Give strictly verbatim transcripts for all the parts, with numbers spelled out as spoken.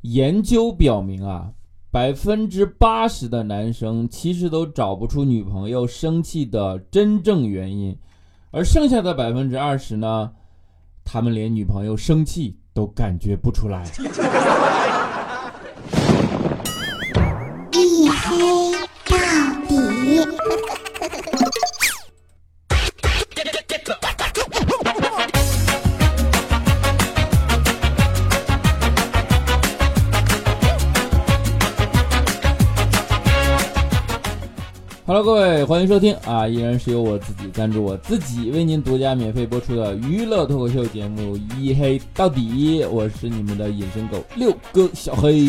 研究表明啊，百分之八十的男生其实都找不出女朋友生气的真正原因，而剩下的百分之二十呢，他们连女朋友生气都感觉不出来。 一黑到底。 Hello， 各位，欢迎收听啊！依然是由我自己赞助我自己为您独家免费播出的娱乐脱口秀节目《一黑到底》，我是你们的隐身狗六哥小黑。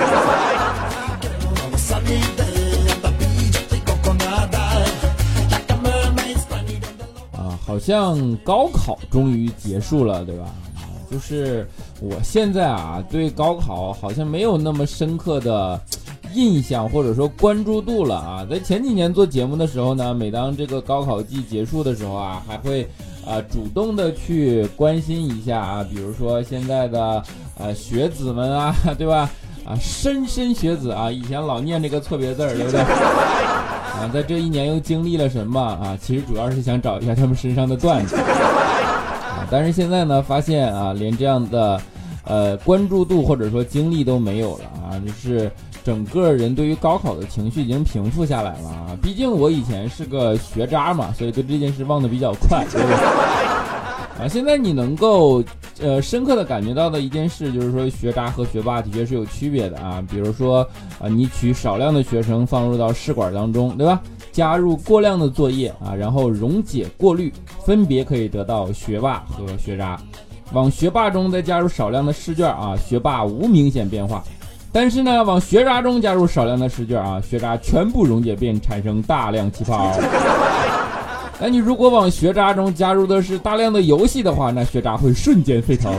啊，好像高考终于结束了，对吧？就是我现在啊，对高考好像没有那么深刻的印象或者说关注度了啊。在前几年做节目的时候呢，每当这个高考季结束的时候啊，还会啊、呃、主动的去关心一下啊，比如说现在的呃学子们啊，对吧？啊，莘莘学子啊，以前老念这个错别字儿，对不对？啊，在这一年又经历了什么啊？其实主要是想找一下他们身上的段子。啊，但是现在呢，发现啊，连这样的呃关注度或者说精力都没有了啊，就是整个人对于高考的情绪已经平复下来了啊。毕竟我以前是个学渣嘛，所以对这件事忘得比较快，对不对？啊，现在你能够呃深刻的感觉到的一件事，就是说学渣和学霸的确是有区别的啊。比如说啊，你取少量的学生放入到试管当中，对吧？加入过量的作业啊，然后溶解过滤，分别可以得到学霸和学渣。往学霸中再加入少量的试卷啊，学霸无明显变化。但是呢，往学渣中加入少量的试卷啊，学渣全部溶解并产生大量气泡。那你如果往学渣中加入的是大量的游戏的话，那学渣会瞬间沸腾。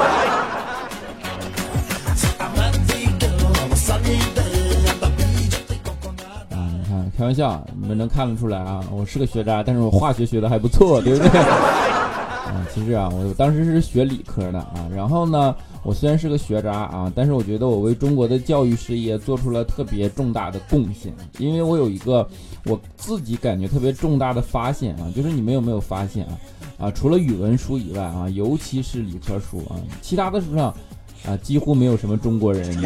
开玩笑，你们能看得出来啊，我是个学渣，但是我化学学的还不错，对不对？啊，其实啊，我当时是学理科的啊，然后呢，我虽然是个学渣啊，但是我觉得我为中国的教育事业做出了特别重大的贡献，因为我有一个我自己感觉特别重大的发现啊，就是你们有没有发现啊？啊，除了语文书以外啊，尤其是理科书啊，其他的书上啊，几乎没有什么中国人。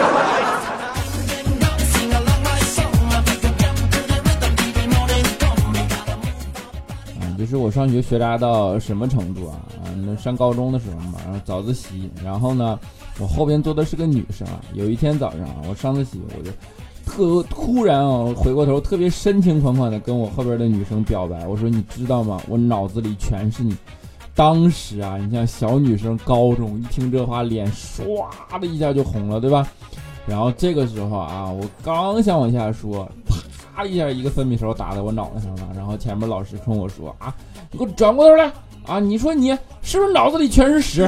就是我上学学渣到什么程度啊？啊，那上高中的时候嘛，然后早自习，然后呢，我后边坐的是个女生啊。有一天早上啊，我上自习，我就特突然啊，回过头，特别深情款款的跟我后边的女生表白，我说你知道吗？我脑子里全是你。当时啊，你像小女生高中一听这话，脸唰的一下就红了，对吧？然后这个时候啊，我刚想往下说，啪一下一个粉笔手打在我脑袋上了，然后前面老师冲我说啊，你给我转过头来啊！你说你是不是脑子里全是屎？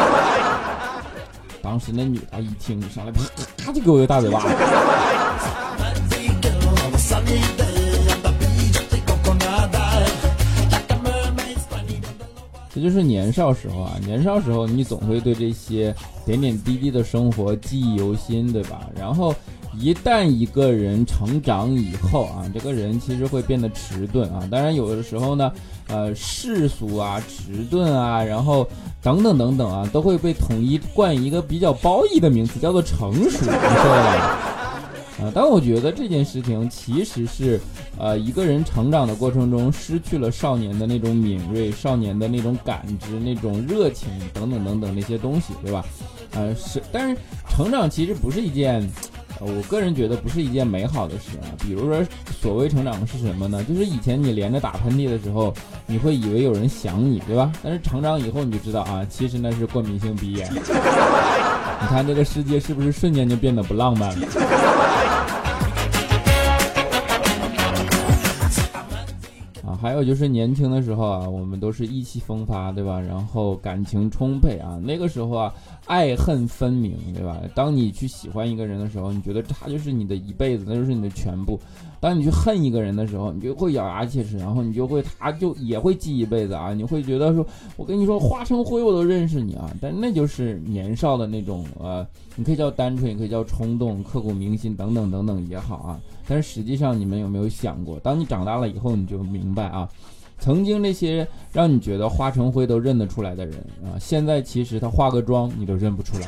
当时那女的一听上来，啪就给我一个大嘴巴。这就是年少时候啊，年少时候你总会对这些点点滴滴的生活记忆犹新，对吧？然后一旦一个人成长以后啊，这个人其实会变得迟钝啊。当然有的时候呢，呃，世俗啊、迟钝啊，然后等等等等啊，都会被统一冠一个比较褒义的名词，叫做成熟，你说对吧？啊，但我觉得这件事情其实是，呃，一个人成长的过程中失去了少年的那种敏锐、少年的那种感知、那种热情等等等等那些东西，对吧？呃，是，但是成长其实不是一件，呃，我个人觉得不是一件美好的事啊。比如说，所谓成长是什么呢？就是以前你连着打喷嚏的时候，你会以为有人想你，对吧？但是成长以后你就知道啊，其实那是过敏性鼻炎。你看这个世界是不是瞬间就变得不浪漫了？ 还有就是年轻的时候啊，我们都是意气风发，对吧？然后感情充沛啊，那个时候啊，爱恨分明，对吧？当你去喜欢一个人的时候，你觉得他就是你的一辈子，那就是你的全部。当你去恨一个人的时候，你就会咬牙切齿，然后你就会，他就也会记一辈子啊。你会觉得说，我跟你说，化成灰我都认识你啊。但那就是年少的那种呃，你可以叫单纯，也可以叫冲动、刻骨铭心等等等等也好啊。但是实际上，你们有没有想过，当你长大了以后，你就明白啊，曾经那些让你觉得化成灰都认得出来的人啊，现在其实他化个妆你都认不出来。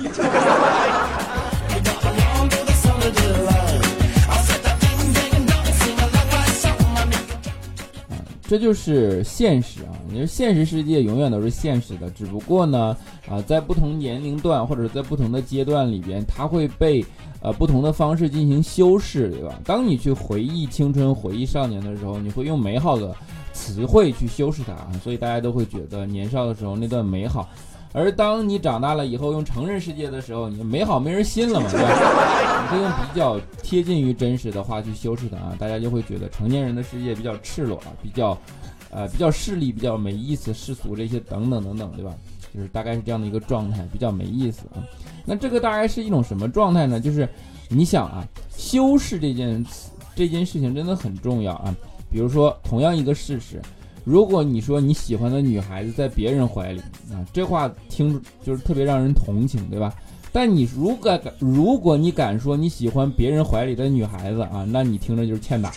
啊，这就是现实啊！你说现实世界永远都是现实的，只不过呢，啊，在不同年龄段或者在不同的阶段里边，它会被呃不同的方式进行修饰，对吧？当你去回忆青春、回忆少年的时候，你会用美好的词汇去修饰它，所以大家都会觉得年少的时候那段美好。而当你长大了以后，用成人世界的时候，你美好没人信了嘛，对吧？你可以用比较贴近于真实的话去修饰它啊，大家就会觉得成年人的世界比较赤裸啊，比较呃比较势利，比较没意思，世俗这些等等等等，对吧？就是大概是这样的一个状态，比较没意思啊。那这个大概是一种什么状态呢？就是你想啊，修饰这件这件事情真的很重要啊。比如说，同样一个事实，如果你说你喜欢的女孩子在别人怀里啊，这话听就是特别让人同情，对吧？但你如果如果你敢说你喜欢别人怀里的女孩子啊，那你听着就是欠打。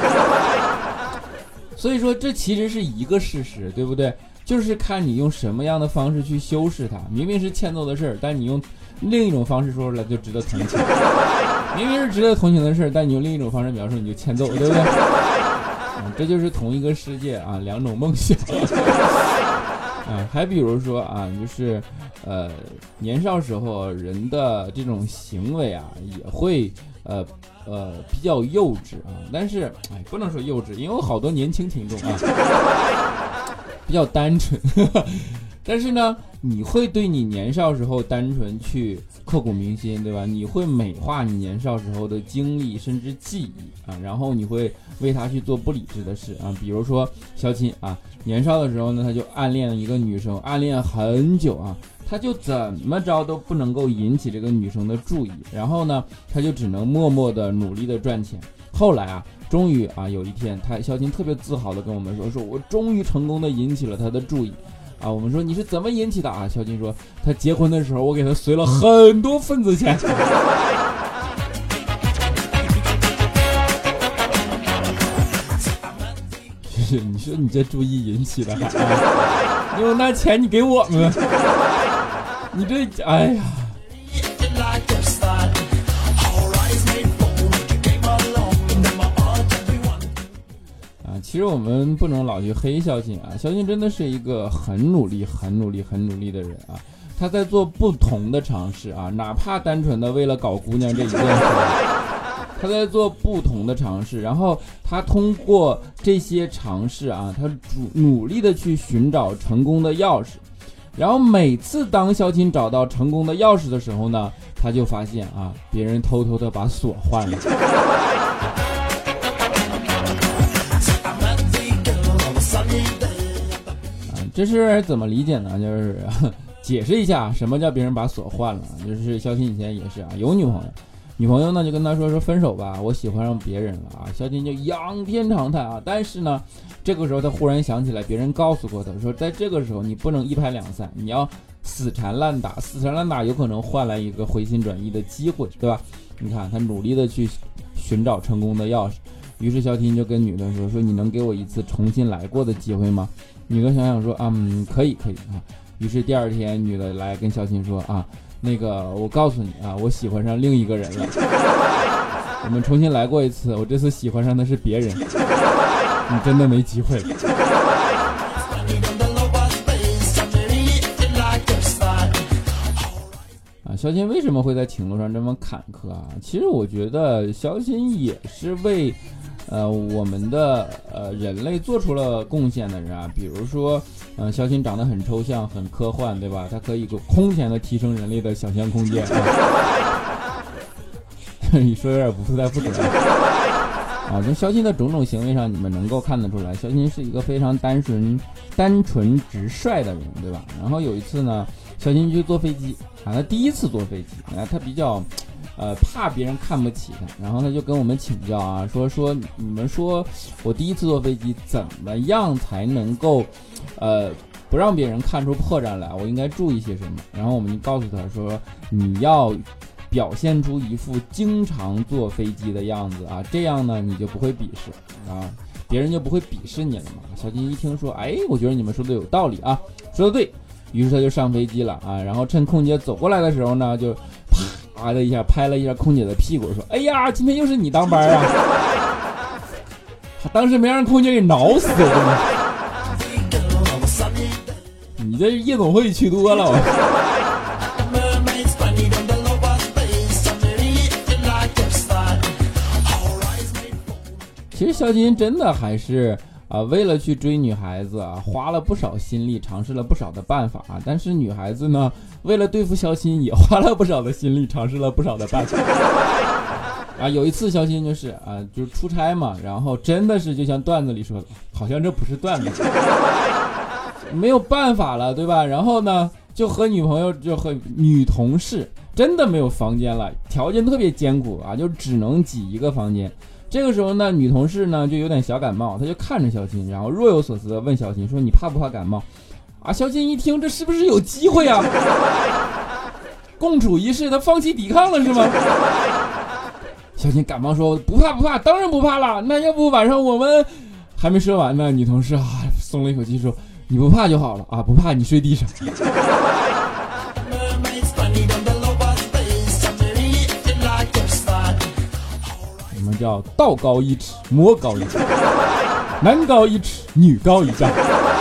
所以说，这其实是一个事实，对不对？就是看你用什么样的方式去修饰它。明明是欠揍的事儿，但你用另一种方式说出来就值得同情。明明是值得同情的事儿，但你用另一种方式描述，你就欠揍，对不对？嗯，这就是同一个世界啊，两种梦想。啊，还比如说啊，就是呃，年少时候人的这种行为啊，也会呃呃比较幼稚啊。但是哎，不能说幼稚，因为有好多年轻听众啊，比较单纯。但是呢，你会对你年少时候单纯去刻骨铭心，对吧？你会美化你年少时候的经历甚至记忆啊，然后你会为他去做不理智的事啊。比如说小钦啊，年少的时候呢，他就暗恋了一个女生，暗恋很久啊，他就怎么着都不能够引起这个女生的注意，然后呢，他就只能默默的努力的赚钱。后来啊，终于啊有一天，他小钦特别自豪的跟我们说，说我终于成功的引起了他的注意。啊，我们说你是怎么引起的啊？小钦说，他结婚的时候我给他随了很多份子钱。就是你说你这注意引起的还、啊，因为那钱你给我们，你这哎呀。其实我们不能老去黑小钦啊，小钦真的是一个很努力、很努力、很努力的人啊。他在做不同的尝试啊，哪怕单纯的为了搞姑娘这一件事，他在做不同的尝试，然后他通过这些尝试啊，他主努力的去寻找成功的钥匙。然后每次当小钦找到成功的钥匙的时候呢，他就发现啊，别人偷偷的把锁换了。这是怎么理解呢？就是解释一下什么叫别人把锁换了。就是小钦以前也是啊，有女朋友，女朋友呢就跟他说说分手吧，我喜欢上别人了啊。小钦就仰天长叹啊。但是呢，这个时候他忽然想起来，别人告诉过他说，在这个时候你不能一拍两散，你要死缠烂打，死缠烂打有可能换来一个回心转意的机会，对吧？你看他努力的去寻找成功的钥匙。于是小钦就跟女的说说，你能给我一次重新来过的机会吗？女的想想说，嗯，可以可以啊。于是第二天女的来跟小钦说啊，那个我告诉你啊，我喜欢上另一个人了，我们重新来过一次，我这次喜欢上的是别人，你真的没机会了。啊，小钦为什么会在情路上这么坎坷啊？其实我觉得小钦也是为呃，我们的呃人类做出了贡献的人啊。比如说，呃，小钦长得很抽象、很科幻，对吧？它可以空前的提升人类的想象空间。啊、你说有点不太不准。 啊，从肖鑫的种种行为上，你们能够看得出来，肖鑫是一个非常单纯、单纯直率的人，对吧？然后有一次呢，肖鑫去坐飞机啊，他第一次坐飞机，啊，他比较，呃，怕别人看不起他，然后他就跟我们请教啊，说说你们说我第一次坐飞机怎么样才能够，呃，不让别人看出破绽来？我应该注意些什么？然后我们就告诉他说，你要表现出一副经常坐飞机的样子啊，这样呢你就不会鄙视啊，别人就不会鄙视你了嘛。小金一听说，哎，我觉得你们说的有道理啊，说的对，于是他就上飞机了啊，然后趁空姐走过来的时候呢，就啪的一下拍了一下空姐的屁股，说：“哎呀，今天又是你当班啊！”当时没让空姐给挠死，我真的。你这夜总会去多了。其实肖金真的还是啊、呃，为了去追女孩子啊，花了不少心力，尝试了不少的办法啊。但是女孩子呢，为了对付肖金，也花了不少的心力，尝试了不少的办法。啊，有一次肖金就是啊，就是出差嘛，然后真的是就像段子里说的，好像这不是段子，没有办法了，对吧？然后呢，就和女朋友就和女同事真的没有房间了，条件特别艰苦啊，就只能挤一个房间。这个时候呢，女同事呢就有点小感冒，她就看着肖金，然后若有所思地问肖金说：“你怕不怕感冒？”啊，肖金一听，这是不是有机会啊？共处一室，他放弃抵抗了是吗？肖金赶忙说：“不怕不怕，当然不怕了。那要不晚上我们……”还没说完呢，女同事啊松了一口气说：“你不怕就好了啊，不怕你睡地上。”我们叫道高一尺，魔高一丈，男高一尺，女高一丈。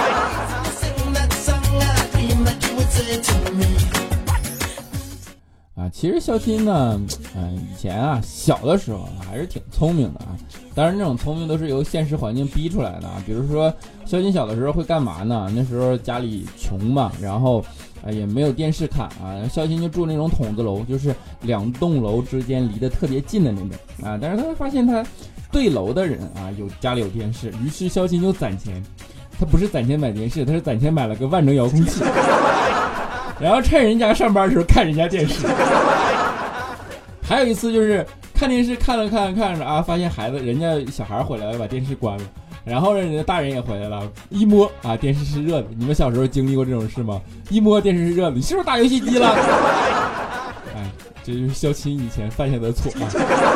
啊，其实肖金呢，嗯、呃，以前啊，小的时候还是挺聪明的啊。当然，这种聪明都是由现实环境逼出来的啊。比如说，肖金小的时候会干嘛呢？那时候家里穷嘛，然后啊也没有电视看啊。肖金就住那种筒子楼，就是两栋楼之间离得特别近的那种啊。但是他会发现他对楼的人啊有家里有电视，于是肖金就攒钱。他不是攒钱买电视，他是攒钱买了个万能遥控器。然后趁人家上班的时候看人家电视。还有一次就是看电视看了看看着啊，发现孩子人家小孩回来了，把电视关了，然后人家大人也回来了，一摸啊电视是热的。你们小时候经历过这种事吗？一摸电视是热的，你是不是打游戏机了？哎，这就是肖钦以前犯下的错啊。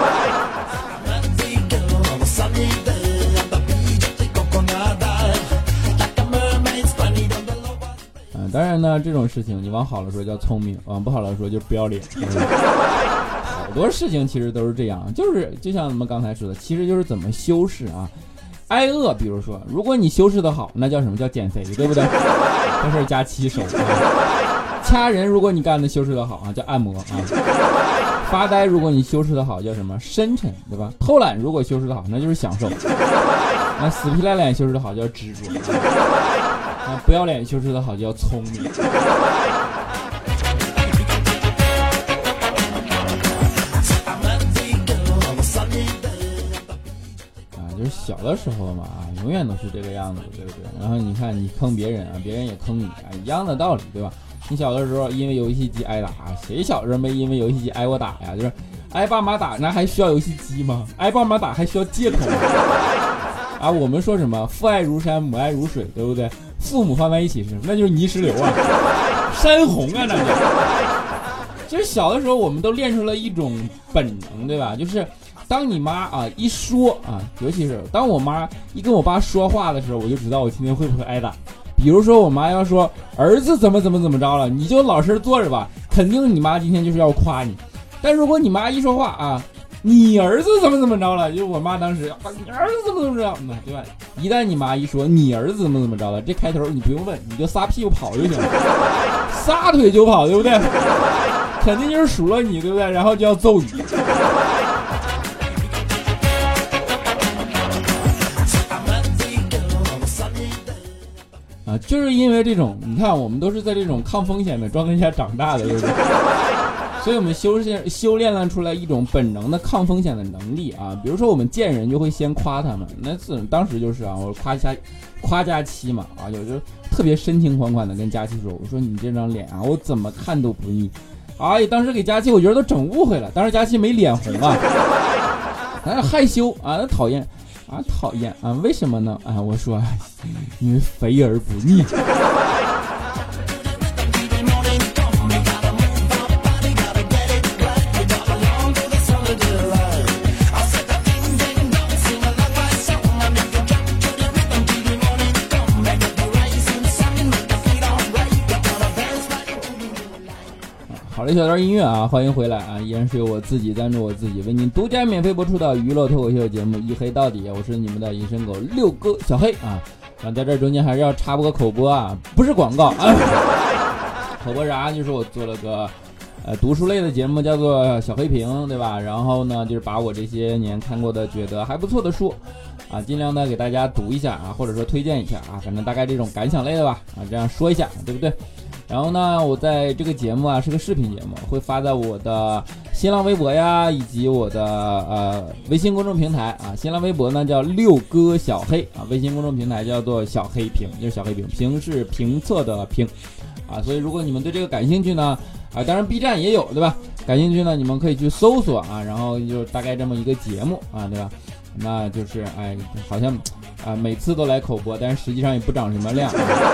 当然呢，这种事情你往好了说叫聪明，往不好了说就不要脸。好多事情其实都是这样，就是就像我们刚才说的，其实就是怎么修饰啊。挨饿，比如说，如果你修饰的好，那叫什么叫减肥，对不对？这事加七手啊。掐人，如果你干的修饰的好啊，叫按摩啊。发呆，如果你修饰的好，叫什么深沉，对吧？偷懒，如果修饰的好，那就是享受。那死皮赖脸修饰的好叫执着。啊，不要脸修饰的好叫聪明。啊，就是小的时候嘛，啊，永远都是这个样子，对不对？然后你看你坑别人啊，别人也坑你啊，一样的道理，对吧？你小的时候因为游戏机挨打，谁小时候没因为游戏机挨过打呀？就是挨爸妈打，那还需要游戏机吗？挨爸妈打还需要借口吗？啊，我们说什么父爱如山，母爱如水，对不对？父母放在一起是，那就是泥石流啊，山洪啊，那就。其实小的时候我们都练出了一种本能，对吧？就是当你妈啊一说啊，尤其是当我妈一跟我爸说话的时候，我就知道我今天会不会挨打。比如说我妈要说儿子怎么怎么怎么着了，你就老实坐着吧，肯定你妈今天就是要夸你。但如果你妈一说话啊，你儿子怎么怎么着了，就我妈当时啊，你儿子怎么怎么着，对吧？一旦你妈一说你儿子怎么怎么着了，这开头你不用问，你就撒屁股跑就行了，撒腿就跑，对不对？肯定就是数落你，对不对？然后就要揍你。啊，就是因为这种，你看我们都是在这种抗风险的状态下长大的，对不对？ 所以我们修炼修炼了出来一种本能的抗风险的能力啊。比如说我们见人就会先夸他们，那次当时就是啊，我夸佳夸佳期嘛啊，有就特别深情款款的跟佳期说，我说你这张脸啊，我怎么看都不腻。哎，当时给佳期我觉得都整误会了，当时佳期没脸红啊，哎害羞啊，讨厌啊讨厌啊，为什么呢？啊，我说因为肥而不腻。好了，一小段音乐啊，欢迎回来啊！依然是由我自己赞助我自己，为您独家免费播出的娱乐脱口秀节目《一黑到底》，我是你们的隐身狗六哥小黑啊。啊，在这中间还是要插播个口播啊，不是广告啊。口播啥？就是我做了个呃读书类的节目，叫做小黑屏，对吧？然后呢，就是把我这些年看过的觉得还不错的书啊，尽量的给大家读一下啊，或者说推荐一下啊，反正大概这种感想类的吧啊，这样说一下，对不对？然后呢，我在这个节目啊是个视频节目，会发在我的新浪微博呀，以及我的呃微信公众平台啊。新浪微博呢叫六哥小黑啊，微信公众平台叫做小黑屏，就是小黑屏，屏是评测的评啊。所以如果你们对这个感兴趣呢，啊，当然 B 站也有，对吧？感兴趣呢，你们可以去搜索啊，然后就大概这么一个节目啊，对吧？那就是哎，好像啊每次都来口播，但是实际上也不长什么量。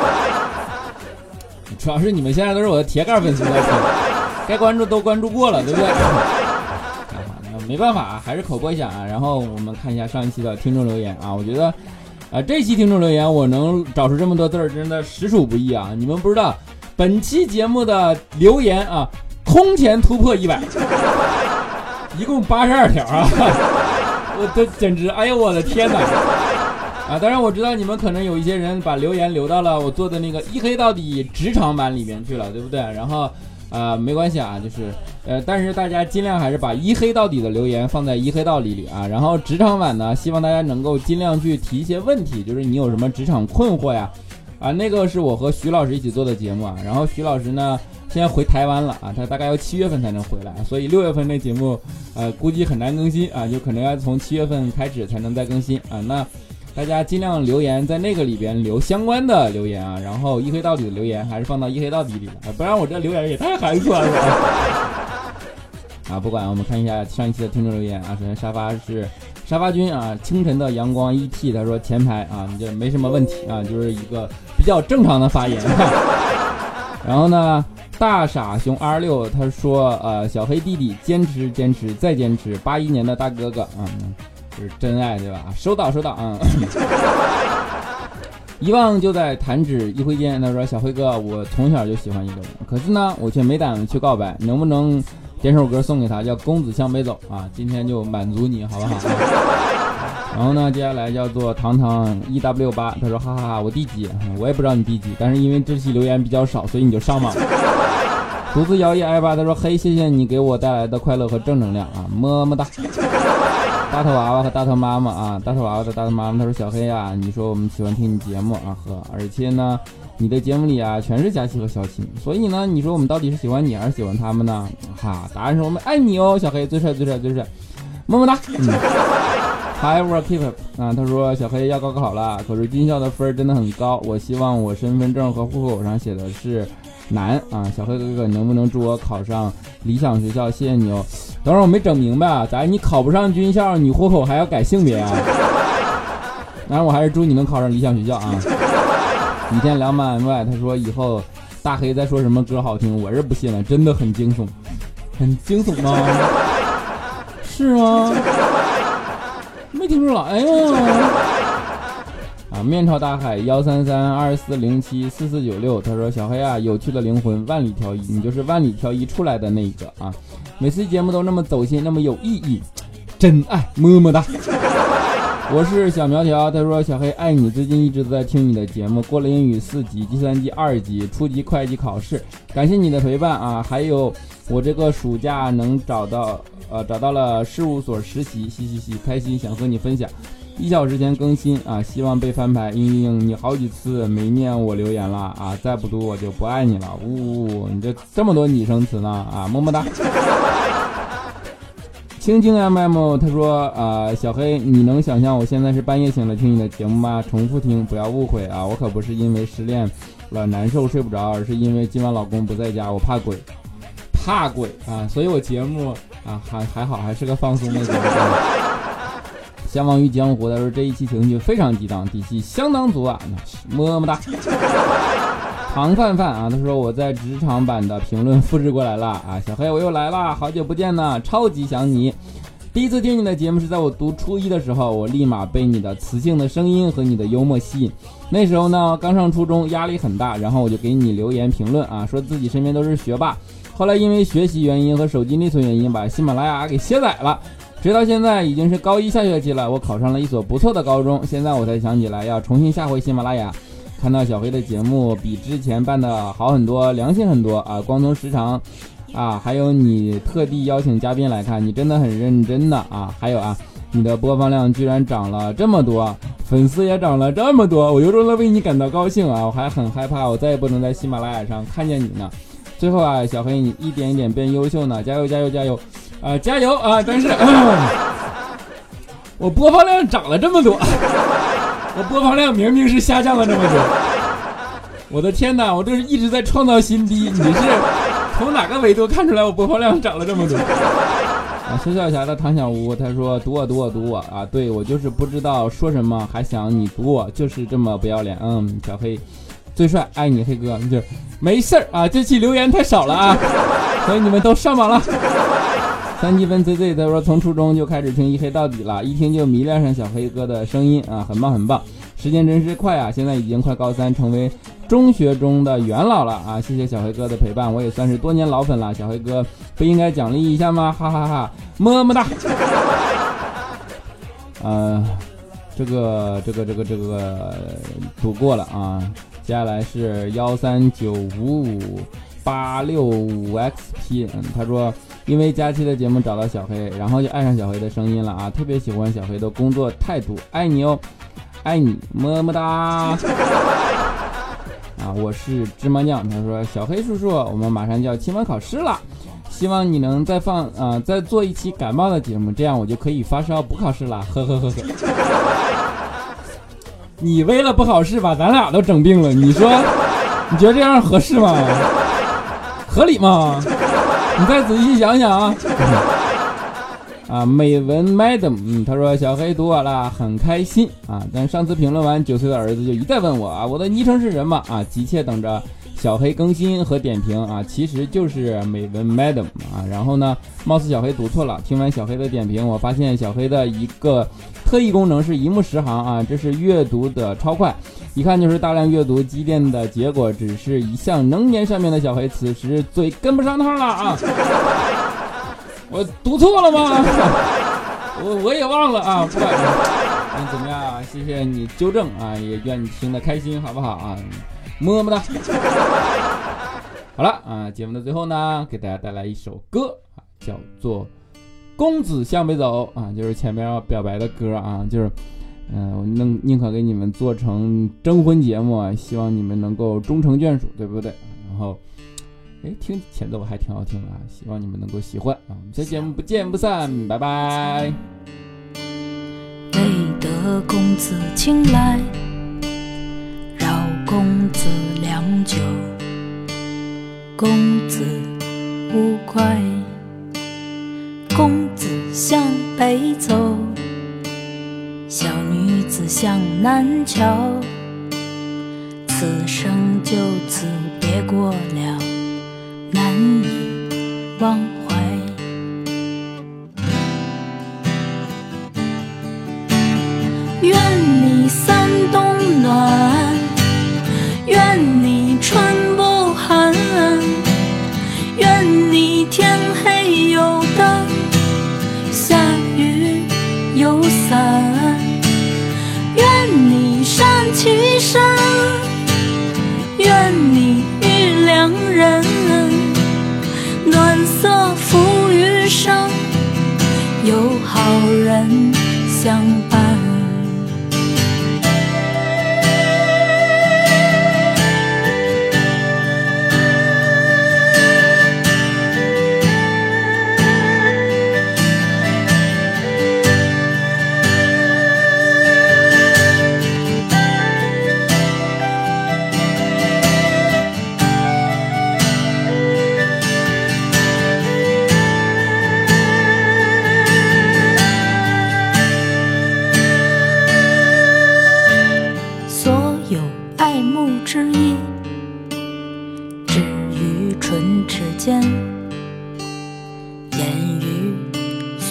主要是你们现在都是我的铁杆粉丝在听，该关注都关注过了，对不对？那没办法，还是口播一下啊。然后我们看一下上一期的听众留言啊，我觉得啊、呃、这期听众留言我能找出这么多字儿，真的实属不易啊。你们不知道，本期节目的留言啊，空前突破一百，一共八十二条啊，我都简直，哎呦我的天哪！啊，当然我知道你们可能有一些人把留言留到了我做的那个一黑到底职场版里面去了，对不对？然后呃没关系啊，就是呃但是大家尽量还是把一黑到底的留言放在一黑到底里啊，然后职场版呢，希望大家能够尽量去提一些问题，就是你有什么职场困惑呀啊，那个是我和徐老师一起做的节目啊，然后徐老师呢现在回台湾了啊，他大概要七月份才能回来，所以六月份那节目呃估计很难更新啊，就可能要从七月份开始才能再更新啊。那大家尽量留言在那个里边留相关的留言啊，然后一黑到底的留言还是放到一黑到底里了，不然我这留言也太寒酸了啊！不管，我们看一下上一期的听众留言啊。首先沙发是沙发君啊，清晨的阳光 E T， 他说前排啊，你这没什么问题啊，就是一个比较正常的发言。然后呢，大傻熊 R 六他说呃小黑弟弟坚持坚持再坚持，八一年的大哥哥啊。嗯是真爱对吧？收到收到啊！嗯、遗忘就在弹指一挥间。他说：“小辉哥，我从小就喜欢一个人，可是呢，我却没胆去告白。能不能点首歌送给他，叫《公子向北走》啊？今天就满足你好不好？”然后呢，接下来叫做糖糖 E W 八，他说：“哈哈哈，我第几？我也不知道你第几，但是因为这期留言比较少，所以你就上榜了。”独自摇曳 i 八，他说：“嘿，谢谢你给我带来的快乐和正能量啊，么么哒。”大头娃娃和大头妈妈啊，大头娃娃的大头妈妈，他说小黑啊，你说我们喜欢听你节目啊，和而且呢，你的节目里啊全是佳琪和小青，所以呢，你说我们到底是喜欢你还是喜欢他们呢？哈，答案是我们爱你哦，小黑最帅最帅最帅，么么哒。嗯 Hi work keep 啊，他说小黑要高考了，可是军校的分真的很高，我希望我身份证和户口上写的是男啊，小黑哥哥能不能祝我考上理想学校？谢谢你哦。等会儿我没整明白啊，咋你考不上军校，你户口还要改性别啊？当然我还是祝你能考上理想学校啊。雨天两满外，他说以后大黑再说什么歌好听，我是不信了，真的很惊悚，很惊悚吗？是吗？没听出来呀。啊，面朝大海幺三三二四零七四四九六，他说小黑啊，有趣的灵魂万里挑一，你就是万里挑一出来的那一个啊！每次节目都那么走心，那么有意义，真爱，么么哒。我是小苗条，他说小黑爱你，最近一直都在听你的节目，过了英语四级、计算机二级、初级会计考试，感谢你的陪伴啊！还有我这个暑假能找到呃找到了事务所实习，嘻嘻嘻，开心，想和你分享。 一小时前更新啊，希望被翻牌，因为你好几次没念我留言了啊，再不读我就不爱你了。呜、哦，你这这么多拟声词呢啊，么么哒。青青 M M 他说啊、呃，小黑，你能想象我现在是半夜醒了听你的节目吗？重复听，不要误会啊，我可不是因为失恋了难受睡不着，而是因为今晚老公不在家，我怕鬼，怕鬼啊，所以我节目啊还还好，还是个放松的节目。相忘于江湖，他说这一期情绪非常激荡，底气相当足啊，么么哒。唐范范啊，他说我在职场版的评论复制过来了啊，小黑我又来了，好久不见呢，超级想你。第一次听你的节目是在我读初一的时候，我立马被你的磁性的声音和你的幽默吸引。那时候呢，刚上初中，压力很大，然后我就给你留言评论啊，说自己身边都是学霸。后来因为学习原因和手机内存原因，把喜马拉雅给卸载了。直到现在已经是高一下学期了，我考上了一所不错的高中，现在我才想起来要重新下回喜马拉雅。看到小黑的节目比之前办的好很多，良心很多啊！光从时长啊，还有你特地邀请嘉宾来看，你真的很认真的啊！还有啊，你的播放量居然涨了这么多，粉丝也涨了这么多，我由衷的为你感到高兴啊！我还很害怕我再也不能在喜马拉雅上看见你呢。最后啊，小黑你一点一点变优秀呢，加油加油加油啊，加油啊！但是、嗯、我播放量涨了这么多。我播放量明明是下降了这么多，我的天哪！我这是一直在创造新低，你是从哪个维度看出来我播放量涨了这么多？啊，薛小霞的唐小屋他说读我读我读我啊，对我就是不知道说什么，还想你读我，就是这么不要脸。嗯，小黑最帅，爱你黑哥，就没事儿啊，这期留言太少了啊，所以你们都上榜了。三积分 Z Z 他说从初中就开始听一黑到底了，一听就迷恋上小黑哥的声音啊，很棒很棒。时间真是快啊，现在已经快高三，成为中学中的元老了啊！谢谢小黑哥的陪伴，我也算是多年老粉了。小黑哥不应该奖励一下吗？哈哈哈哈，么么哒。呃，这个这个这个这个读过了啊，接下来是幺三九五五八六五 X P， 嗯，他说因为佳期的节目找到小黑，然后就爱上小黑的声音了啊，特别喜欢小黑的工作态度，爱你哦，爱你，么么哒。啊，我是芝麻酱，他说小黑叔叔，我们马上就要期末考试了，希望你能再放啊、呃，再做一期感冒的节目，这样我就可以发烧不考试了，呵呵呵呵。你为了不考试把咱俩都整病了，你说你觉得这样合适吗？合理吗？你再仔细想想啊。啊，美文 Madam， 嗯，他说小黑读我了，很开心啊。但上次评论完，九岁的儿子就一再问我啊，我的昵称是什么啊？急切等着小黑更新和点评啊，其实就是美文 Madam 啊。然后呢，貌似小黑读错了。听完小黑的点评，我发现小黑的一个特异功能是一目十行啊，这是阅读的超快，一看就是大量阅读积淀的结果。只是一向能言善辩的小黑，此时嘴跟不上趟了啊。我读错了吗？我我也忘了啊，不管你怎么样啊，谢谢你纠正啊，也愿你听得开心，好不好啊？么么哒。好了啊，节目的最后呢，给大家带来一首歌啊，叫做《公子向北走》啊，就是前面要表白的歌啊，就是嗯、呃，我宁宁可给你们做成征婚节目啊，希望你们能够终成眷属，对不对？然后。哎，听前奏还挺好听的啊，希望你们能够喜欢啊！我们下节目不见不散，拜拜。 为得公子青睐，饶公子良久，公子勿怪，公子向北走，小女子向南瞧，此生就此别过了，难以忘怀。愿你三冬暖，愿你春不寒，愿你天黑有灯，下雨有伞，愿你山其山，愿你遇良人，暖色浮余生，有好人相伴。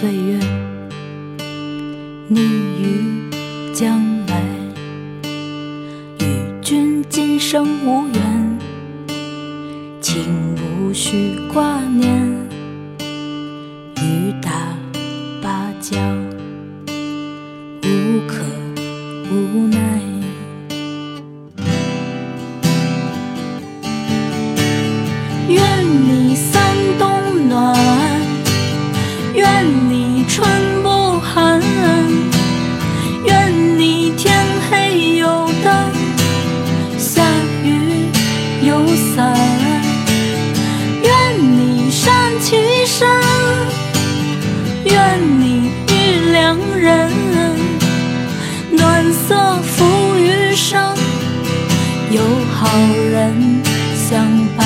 岁月，你于将来，与君今生无缘，请无需挂念，雨打芭蕉，无可无奈。愿你三冬暖，愿你春不寒，愿你天黑有灯，下雨有伞，愿你山其山，愿你遇良人，暖色浮余生，有好人相伴。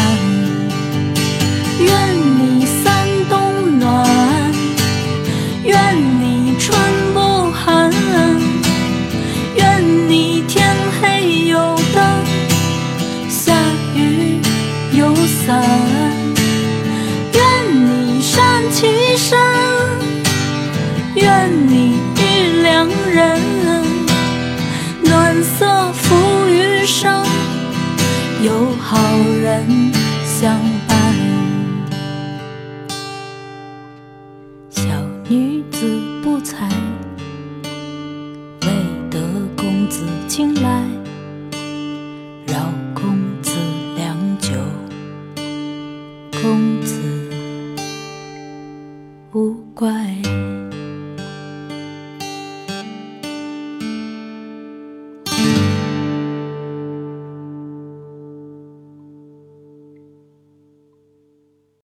愿你三冬暖，愿你春不寒，愿你天黑有灯，下雨有伞，愿你山其山，愿你遇良人，暖色浮余生，有好人相伴。女子不才，为得公子青睐，扰公子良久，公子勿怪。